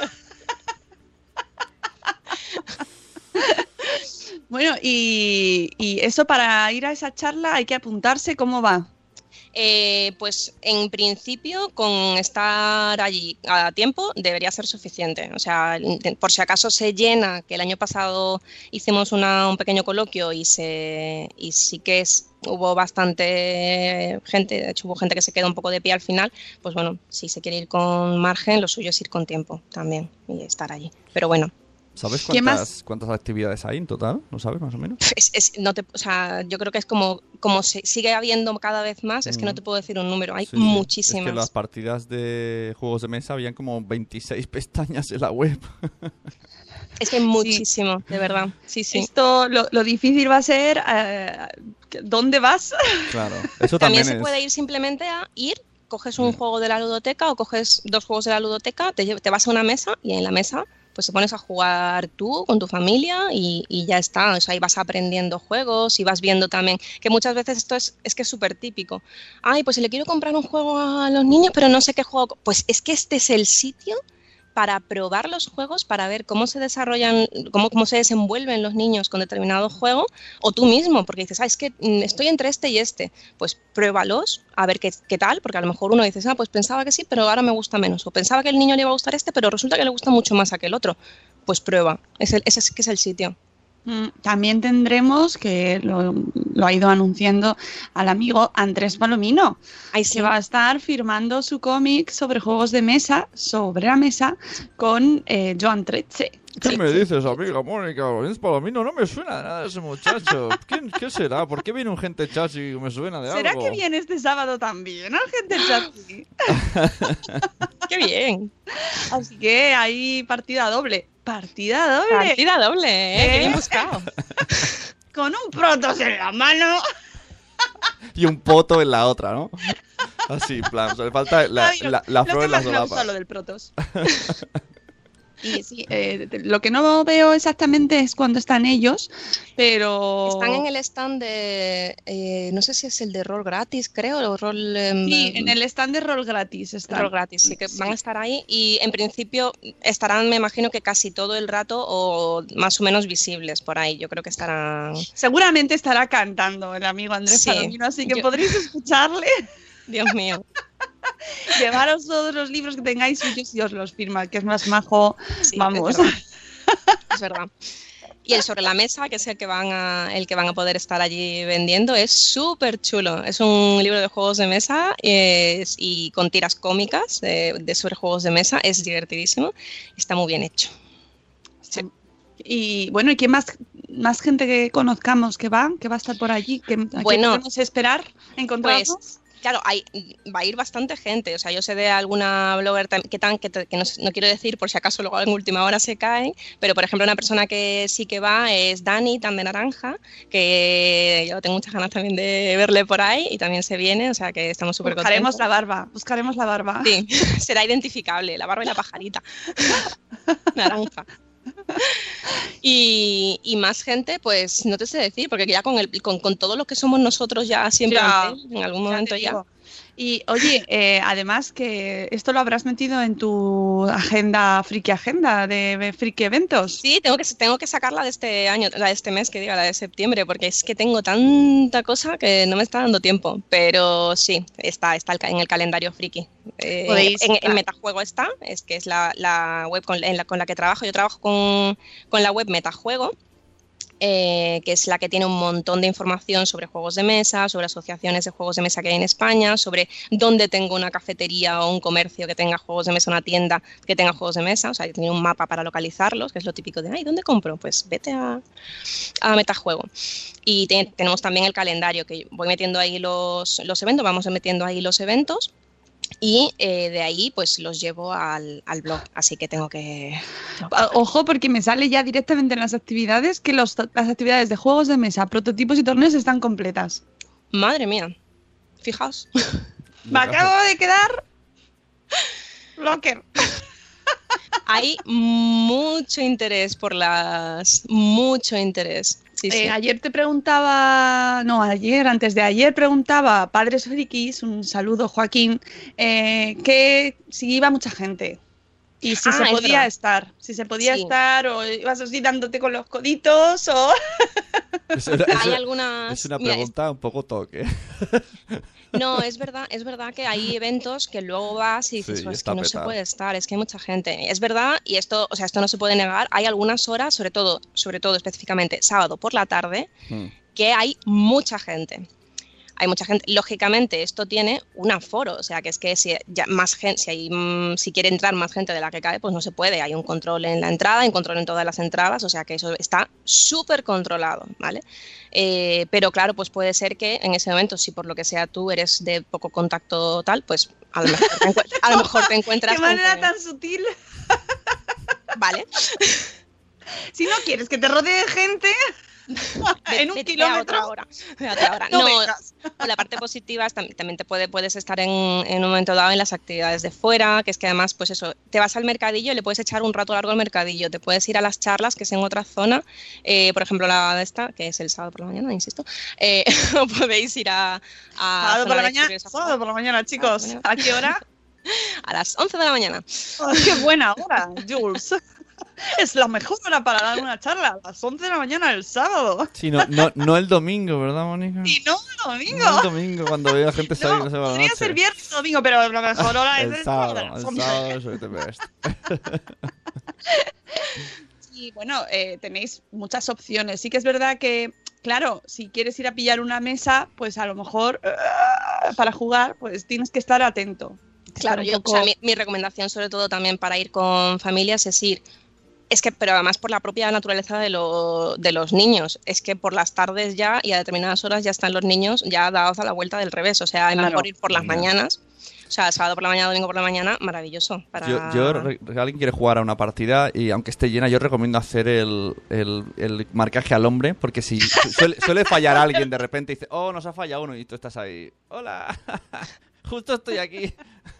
Bueno, y eso para ir a esa charla hay que apuntarse, ¿cómo va? Pues en principio con estar allí a tiempo debería ser suficiente. O sea, por si acaso se llena, que el año pasado hicimos un pequeño coloquio y sí que hubo bastante gente, de hecho hubo gente que se quedó un poco de pie al final, pues bueno, si se quiere ir con margen, lo suyo es ir con tiempo también y estar allí. Pero bueno. ¿Sabes cuántas actividades hay en total? ¿No sabes más o menos? Yo creo que es como se sigue habiendo cada vez más, es que no te puedo decir un número, hay muchísimas. Es que las partidas de juegos de mesa habían como 26 pestañas en la web. Es que muchísimo, de verdad. Sí. Esto, lo difícil va a ser ¿dónde vas? Claro, eso también se puede ir simplemente a coges un juego de la ludoteca o coges 2 juegos de la ludoteca, te vas a una mesa y en la mesa pues te pones a jugar tú con tu familia y ya está. O sea, ahí vas aprendiendo juegos y vas viendo también que muchas veces esto es que es súper típico. Ay, pues si le quiero comprar un juego a los niños, pero no sé qué juego. Pues es que este es el sitio para probar los juegos, para ver cómo se desarrollan, cómo se desenvuelven los niños con determinado juego, o tú mismo, porque dices, es que estoy entre este y este, pues pruébalos, a ver qué tal, porque a lo mejor uno dice, pues pensaba que sí, pero ahora me gusta menos, o pensaba que el niño le iba a gustar este, pero resulta que le gusta mucho más aquel otro, pues prueba, ese es el sitio. También tendremos, que lo ha ido anunciando al amigo Andrés Palomino, que va a estar firmando su cómic sobre juegos de mesa, sobre la mesa, con Joan Tretze. ¿Qué me dices, amiga Mónica? Es palomino, no me suena de nada ese muchacho. ¿Qué será? ¿Por qué viene un gente chachi y me suena de ¿Será algo? que viene este sábado también? Gente chachi. ¡Qué bien! Así que hay partida doble. ¿Partida doble? Partida doble, qué bien buscado. Con un Protoss en la mano. Y un poto en la otra, ¿no? Así, en plan, o sea, le falta la flor en las solapas. Lo del Protoss. Y sí, lo que no veo exactamente es cuándo están ellos, pero... Están en el stand de... no sé si es el de rol gratis, creo, o rol... sí, en el stand de rol gratis están. Rol gratis, sí, que van a estar ahí y en principio estarán, me imagino que casi todo el rato o más o menos visibles por ahí. Yo creo que estarán... Seguramente estará cantando el amigo Andrés Palomino, así que podréis escucharle. Dios mío. Llevaros todos los libros que tengáis suyos y os los firma, que es más majo. Sí, vamos. Es verdad. Y el sobre la mesa, que es el que van a poder estar allí vendiendo, es súper chulo. Es un libro de juegos de mesa y con tiras cómicas de sobre juegos de mesa. Es divertidísimo. Está muy bien hecho. Sí. Y bueno, ¿y qué más gente que conozcamos que va a estar por allí? ¿Qué podemos esperar encontrarnos? Pues, claro, va a ir bastante gente. O sea, yo sé de alguna blogger que no quiero decir por si acaso luego en última hora se caen, pero por ejemplo una persona que sí que va es Dani, tan de Naranja, que yo tengo muchas ganas también de verle por ahí y también se viene, o sea que estamos súper contentos. Buscaremos la barba. Sí, será identificable, la barba y la pajarita. Naranja. Y más gente, pues no te sé decir, porque ya con todo lo que somos nosotros ya siempre en algún momento ya. Y oye, además que esto lo habrás metido en tu agenda de friki eventos. Sí, tengo que sacarla de este año, la de este mes, la de septiembre, porque es que tengo tanta cosa que no me está dando tiempo. Pero sí, está en el calendario friki. En Metajuego está, que es la web con la que trabajo. Yo trabajo con la web Metajuego. Que es la que tiene un montón de información sobre juegos de mesa, sobre asociaciones de juegos de mesa que hay en España, sobre dónde tengo una cafetería o un comercio que tenga juegos de mesa, una tienda que tenga juegos de mesa. O sea, tiene un mapa para localizarlos, que es lo típico de, ¿dónde compro? Pues vete a Metajuego. Y tenemos también el calendario, que voy metiendo ahí los eventos, vamos metiendo ahí los eventos. Y de ahí pues los llevo al blog, así que tengo que... Ojo, porque me sale ya directamente en las actividades que las actividades de juegos de mesa, prototipos y torneos están completas. Madre mía, fijaos. Me acabo de quedar blocker. Hay mucho interés mucho interés. Sí. Antes de ayer preguntaba Padres Frikis, un saludo Joaquín, que si iba mucha gente y si se podía estar, o ibas así dándote con los coditos o... Hay algunas... Es una pregunta un poco toque. No, es verdad que hay eventos que luego vas y dices, es que no se puede estar, es que hay mucha gente. Es verdad, y esto no se puede negar, hay algunas horas, sobre todo específicamente sábado por la tarde, que hay mucha gente. Hay mucha gente. Lógicamente, esto tiene un aforo, o sea, que es que si quiere entrar más gente de la que cabe, pues no se puede. Hay un control en la entrada, hay un control en todas las entradas, o sea, que eso está súper controlado, ¿vale? Pero claro, pues puede ser que en ese momento, si por lo que sea tú eres de poco contacto tal, pues a lo mejor te encuentras... ¡Qué manera tan sutil! Vale. Si no quieres que te rodee gente... en un kilómetro. A otra hora. No, la parte positiva es también puedes estar en un momento dado en las actividades de fuera, que es que además, pues eso, te vas al mercadillo y le puedes echar un rato largo al mercadillo, te puedes ir a las charlas, que es en otra zona, por ejemplo la de esta, que es el sábado por la mañana, insisto, podéis ir a sábado por la mañana, chicos. ¿A qué hora? A las 11 de la mañana. Oh, ¡qué buena hora, Jules! Es la mejor hora para dar una charla, a las 11 de la mañana el sábado. Sí, no el domingo, ¿verdad, Mónica? Sí, no el domingo. No el domingo, cuando veo a gente salir no se va a la noche. Podría ser viernes o domingo, pero la mejor hora es el sábado. El sábado es the best. Y bueno, tenéis muchas opciones. Sí que es verdad que, claro, si quieres ir a pillar una mesa, pues a lo mejor para jugar, pues tienes que estar atento. Claro, mi recomendación sobre todo también para ir con familias es ir Es que, pero además por la propia naturaleza de los niños, es que por las tardes ya y a determinadas horas ya están los niños ya dados a la vuelta del revés, o sea, es mejor ir por las mañanas, o sea, sábado por la mañana, domingo por la mañana, maravilloso. Alguien quiere jugar a una partida y aunque esté llena, yo recomiendo hacer el marcaje al hombre, porque si suele fallar alguien de repente y dice, oh, nos ha fallado uno y tú estás ahí, hola, justo estoy aquí.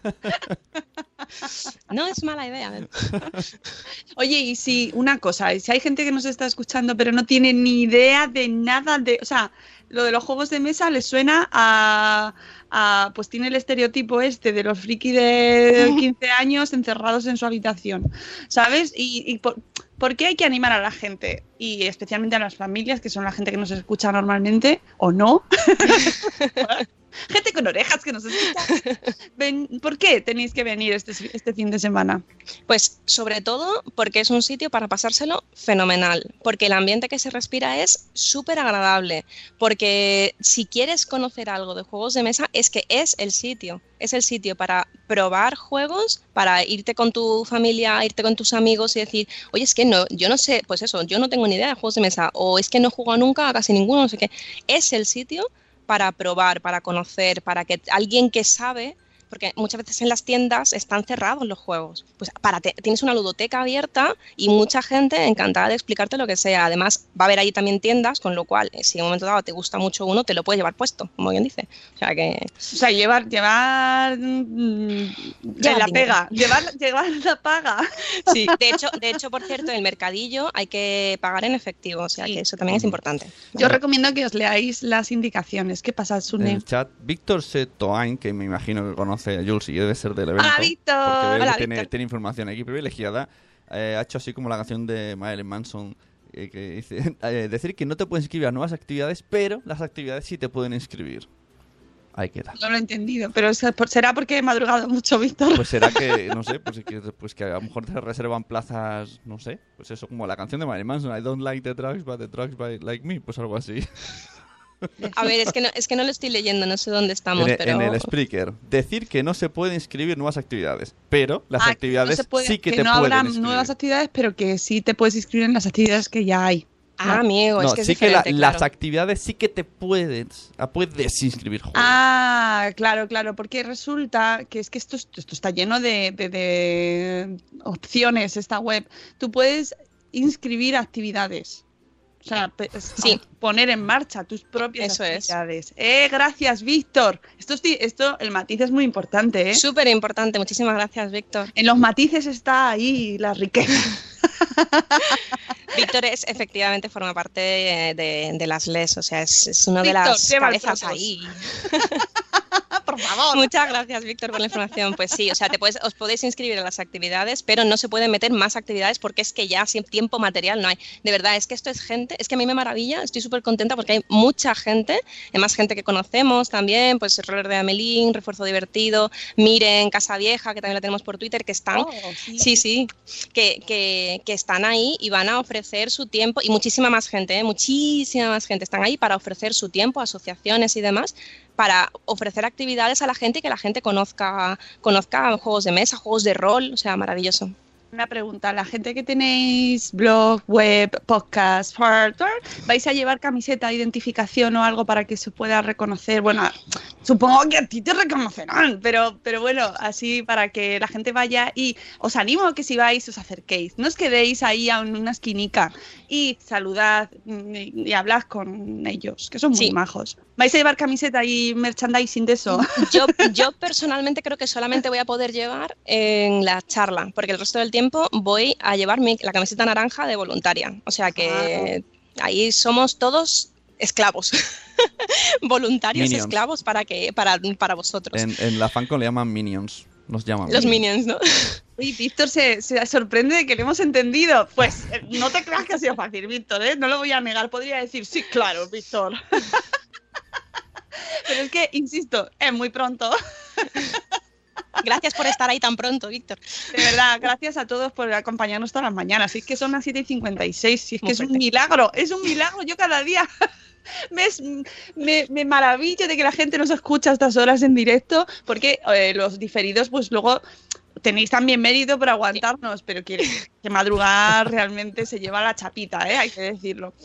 No es mala idea. Oye, y si una cosa, si hay gente que nos está escuchando pero no tiene ni idea de nada de, o sea, lo de los juegos de mesa les suena a pues tiene el estereotipo este de los frikis de 15 años encerrados en su habitación, ¿sabes? Y ¿por qué hay que animar a la gente? Y especialmente a las familias, que son la gente que nos escucha normalmente, ¿o no? Gente con orejas que nos escucha. ¿Por qué tenéis que venir este fin de semana? Pues sobre todo porque es un sitio para pasárselo fenomenal, porque el ambiente que se respira es súper agradable, porque si quieres conocer algo de juegos de mesa es que es el sitio para probar juegos, para irte con tu familia, irte con tus amigos y decir, oye, es que no, yo no sé, pues eso, yo no tengo ni idea de juegos de mesa, o es que no he jugado nunca a casi ninguno, no sé qué. Es el sitio para probar, para conocer, para que alguien que sabe, porque muchas veces en las tiendas están cerrados los juegos, pues tienes una ludoteca abierta y mucha gente encantada de explicarte lo que sea. Además va a haber ahí también tiendas, con lo cual si en un momento dado te gusta mucho uno, te lo puedes llevar puesto, como bien dice. O sea llevar la pega, llevar la paga. Sí, de hecho, por cierto, en el mercadillo hay que pagar en efectivo, o sea que eso también es importante. Yo recomiendo que os leáis las indicaciones. ¿Qué pasa, Sune? En el chat, Víctor Setoain, que me imagino que conoce a Jules y debe ser del evento. ¡Hola, Víctor! Porque veo que tiene información aquí privilegiada. Ha hecho así como la canción de Marilyn Manson, que dice, decir que no te puedes inscribir a nuevas actividades, pero las actividades sí te pueden inscribir. Ahí queda. No lo he entendido, pero ¿será porque he madrugado mucho, Víctor? Pues será que, no sé, pues que a lo mejor te reservan plazas, no sé, pues eso, como la canción de Marilyn Manson, I don't like the drugs, but the drugs like me, pues algo así. A ver, es que no lo estoy leyendo, no sé dónde estamos, pero... En el Spreaker, decir que no se puede inscribir nuevas actividades, pero las actividades sí que te pueden inscribir. Que no habrá nuevas actividades, pero que sí te puedes inscribir en las actividades que ya hay. Ah, amigo, es que es diferente, claro. Las actividades sí que te puedes inscribir. Joder. Ah, claro, porque resulta que es que esto está lleno de opciones, esta web. Tú puedes inscribir actividades. O sea, poner en marcha tus propias actividades. Gracias, Víctor. Esto, el matiz es muy importante, ¿eh? Súper importante. Muchísimas gracias, Víctor. En los matices está ahí la riqueza. Víctor efectivamente forma parte de las LES, o sea, es una de las cabezas ahí. Por favor. Muchas gracias, Víctor, por la información. Pues sí, o sea, os podéis inscribir a las actividades, pero no se pueden meter más actividades porque es que ya sin tiempo material no hay. De verdad, es que esto es gente, es que a mí me maravilla, estoy súper contenta porque hay mucha gente, además gente que conocemos también, pues Roller de Amelín, Refuerzo Divertido, Miren, Casa Vieja, que también la tenemos por Twitter, que están, que están ahí y van a ofrecer su tiempo, y muchísima más gente están ahí para ofrecer su tiempo, asociaciones y demás, para ofrecer actividades a la gente y que la gente conozca juegos de mesa, juegos de rol, o sea, maravilloso. Una pregunta, la gente que tenéis blog, web, podcast, ¿vais a llevar camiseta de identificación o algo para que se pueda reconocer? Bueno, supongo que a ti te reconocerán, pero bueno, así para que la gente vaya, y os animo a que si vais os acerquéis, no os quedéis ahí en una esquinica y saludad y hablad con ellos, que son muy majos. ¿Vais a llevar camiseta y merchandising de eso? Yo personalmente creo que solamente voy a poder llevar en la charla, porque el resto del tiempo voy a llevar la camiseta naranja de voluntaria. O sea que ahí somos todos esclavos. Voluntarios Minions. Esclavos para vosotros. En la FanCon le llaman Minions. Nos llaman los Minions, ¿no? Uy, Víctor se sorprende de que le hemos entendido. Pues no te creas que ha sido fácil, Víctor, ¿eh? No lo voy a negar. Podría decir, sí, claro, Víctor. Pero es que, insisto, es muy pronto. Gracias por estar ahí tan pronto, Víctor. De verdad, gracias a todos por acompañarnos todas las mañanas. Si es que son las 7:56, si es que es un milagro. Yo cada día me maravillo de que la gente nos escucha a estas horas en directo, porque los diferidos, pues luego tenéis también mérito por aguantarnos, pero que madrugar realmente se lleva la chapita, hay que decirlo.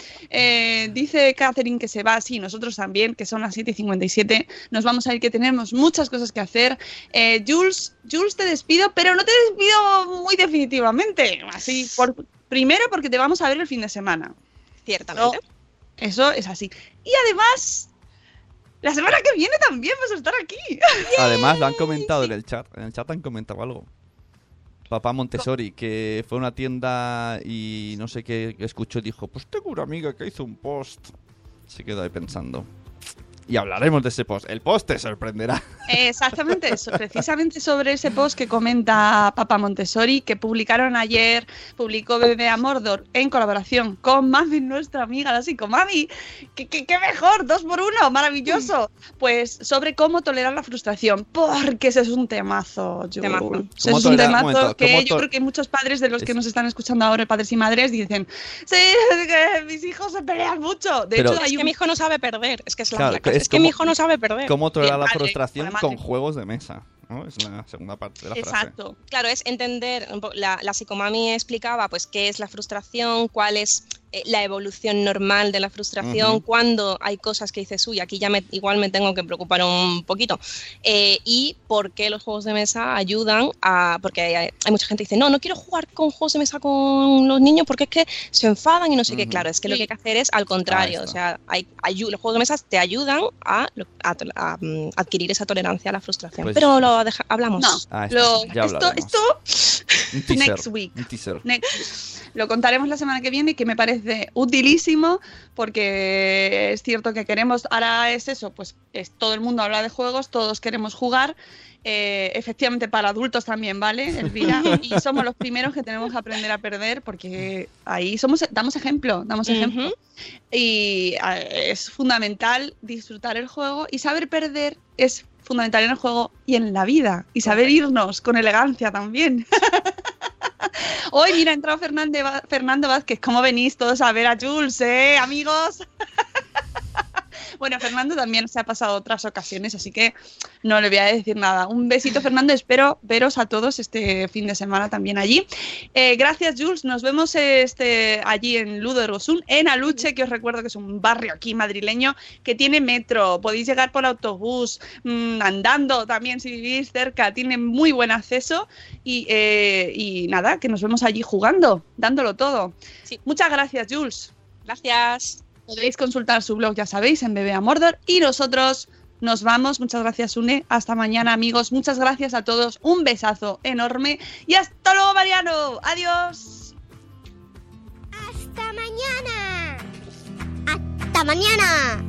Dice Catherine que se va, sí, nosotros también, que son las 7:57, nos vamos a ir, que tenemos muchas cosas que hacer. Jules, te despido, pero no te despido muy definitivamente, así, primero porque te vamos a ver el fin de semana. Ciertamente. No, eso es así. Y además, la semana que viene también vas a estar aquí. Además, lo han comentado en el chat. En el chat han comentado algo. Papá Montessori, que fue a una tienda y no sé qué escuchó y dijo, pues tengo una amiga que hizo un post. Se quedó ahí pensando. Y hablaremos de ese post. El post te sorprenderá. Exactamente eso, precisamente sobre ese post que comenta Papá Montessori, que publicaron ayer, publicó BBVA Mordor en colaboración con Mami, nuestra amiga, la psicomami. ¡Qué mejor! 2x1, maravilloso. Pues sobre cómo tolerar la frustración, porque ese es un temazo, Ese es un temazo que yo creo que muchos padres de los que nos están escuchando ahora, padres y madres, dicen, sí, que mis hijos se pelean mucho. De hecho, es que mi hijo no sabe perder, es que es la clave. Es que mi hijo no sabe perder. ¿Cómo tolerar la frustración con juegos de mesa? ¿No? Es la segunda parte de la frase. Exacto. Claro, es entender, la psicomami explicaba pues qué es la frustración, cuál es la evolución normal de la frustración, cuando hay cosas que dices, uy, aquí ya igual me tengo que preocupar un poquito, y por qué los juegos de mesa ayudan a, porque hay mucha gente que dice, no quiero jugar con juegos de mesa con los niños porque es que se enfadan y no sé qué. Claro, es que lo que hay que hacer es al contrario, o sea, los juegos de mesa te ayudan a adquirir esa tolerancia a la frustración. Pues, pero hablamos. Esto un teaser, next week. Un teaser. Lo contaremos la semana que viene, que me parece utilísimo, porque es cierto que queremos, ahora es eso, pues todo el mundo habla de juegos, todos queremos jugar, efectivamente para adultos también, ¿vale, Elvira? Y somos los primeros que tenemos que aprender a perder, porque ahí damos ejemplo. Y es fundamental disfrutar el juego, y saber perder es fundamental en el juego y en la vida, y saber irnos con elegancia también. Hoy, mira, ha entrado Fernando Vázquez. ¿Cómo venís todos a ver a Jules, amigos? Bueno, Fernando también se ha pasado otras ocasiones, así que no le voy a decir nada. Un besito, Fernando. Espero veros a todos este fin de semana también allí. Gracias, Jules. Nos vemos allí en Ludo Ergosún, en Aluche, que os recuerdo que es un barrio aquí madrileño que tiene metro. Podéis llegar por autobús, andando también si vivís cerca. Tiene muy buen acceso y nada, que nos vemos allí jugando, dándolo todo. Sí. Muchas gracias, Jules. Gracias. Podéis consultar su blog, ya sabéis, en BBVA Mordor. Y nosotros nos vamos. Muchas gracias, Une. Hasta mañana, amigos. Muchas gracias a todos. Un besazo enorme. Y hasta luego, Mariano. Adiós. Hasta mañana. Hasta mañana.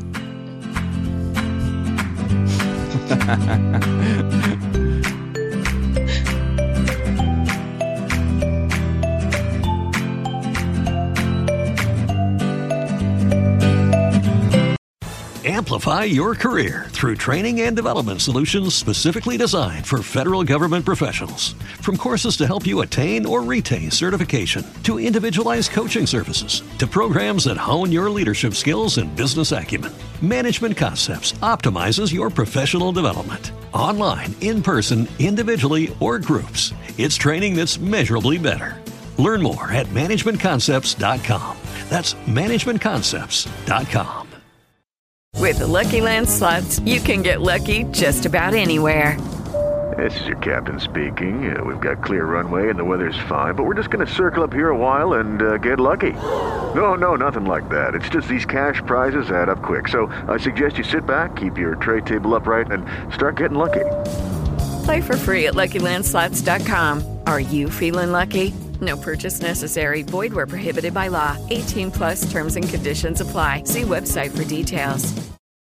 Amplify your career through training and development solutions specifically designed for federal government professionals. From courses to help you attain or retain certification, to individualized coaching services, to programs that hone your leadership skills and business acumen, Management Concepts optimizes your professional development. Online, in person, individually, or groups, it's training that's measurably better. Learn more at managementconcepts.com. That's managementconcepts.com. With the Lucky Land Slots, you can get lucky just about anywhere. This is your captain speaking. We've got clear runway and the weather's fine, but we're just going to circle up here a while and get lucky. No, nothing like that. It's just these cash prizes add up quick. So I suggest you sit back, keep your tray table upright, and start getting lucky. Play for free at LuckyLandSlots.com. Are you feeling lucky? No purchase necessary. Void where prohibited by law. 18+ terms and conditions apply. See website for details.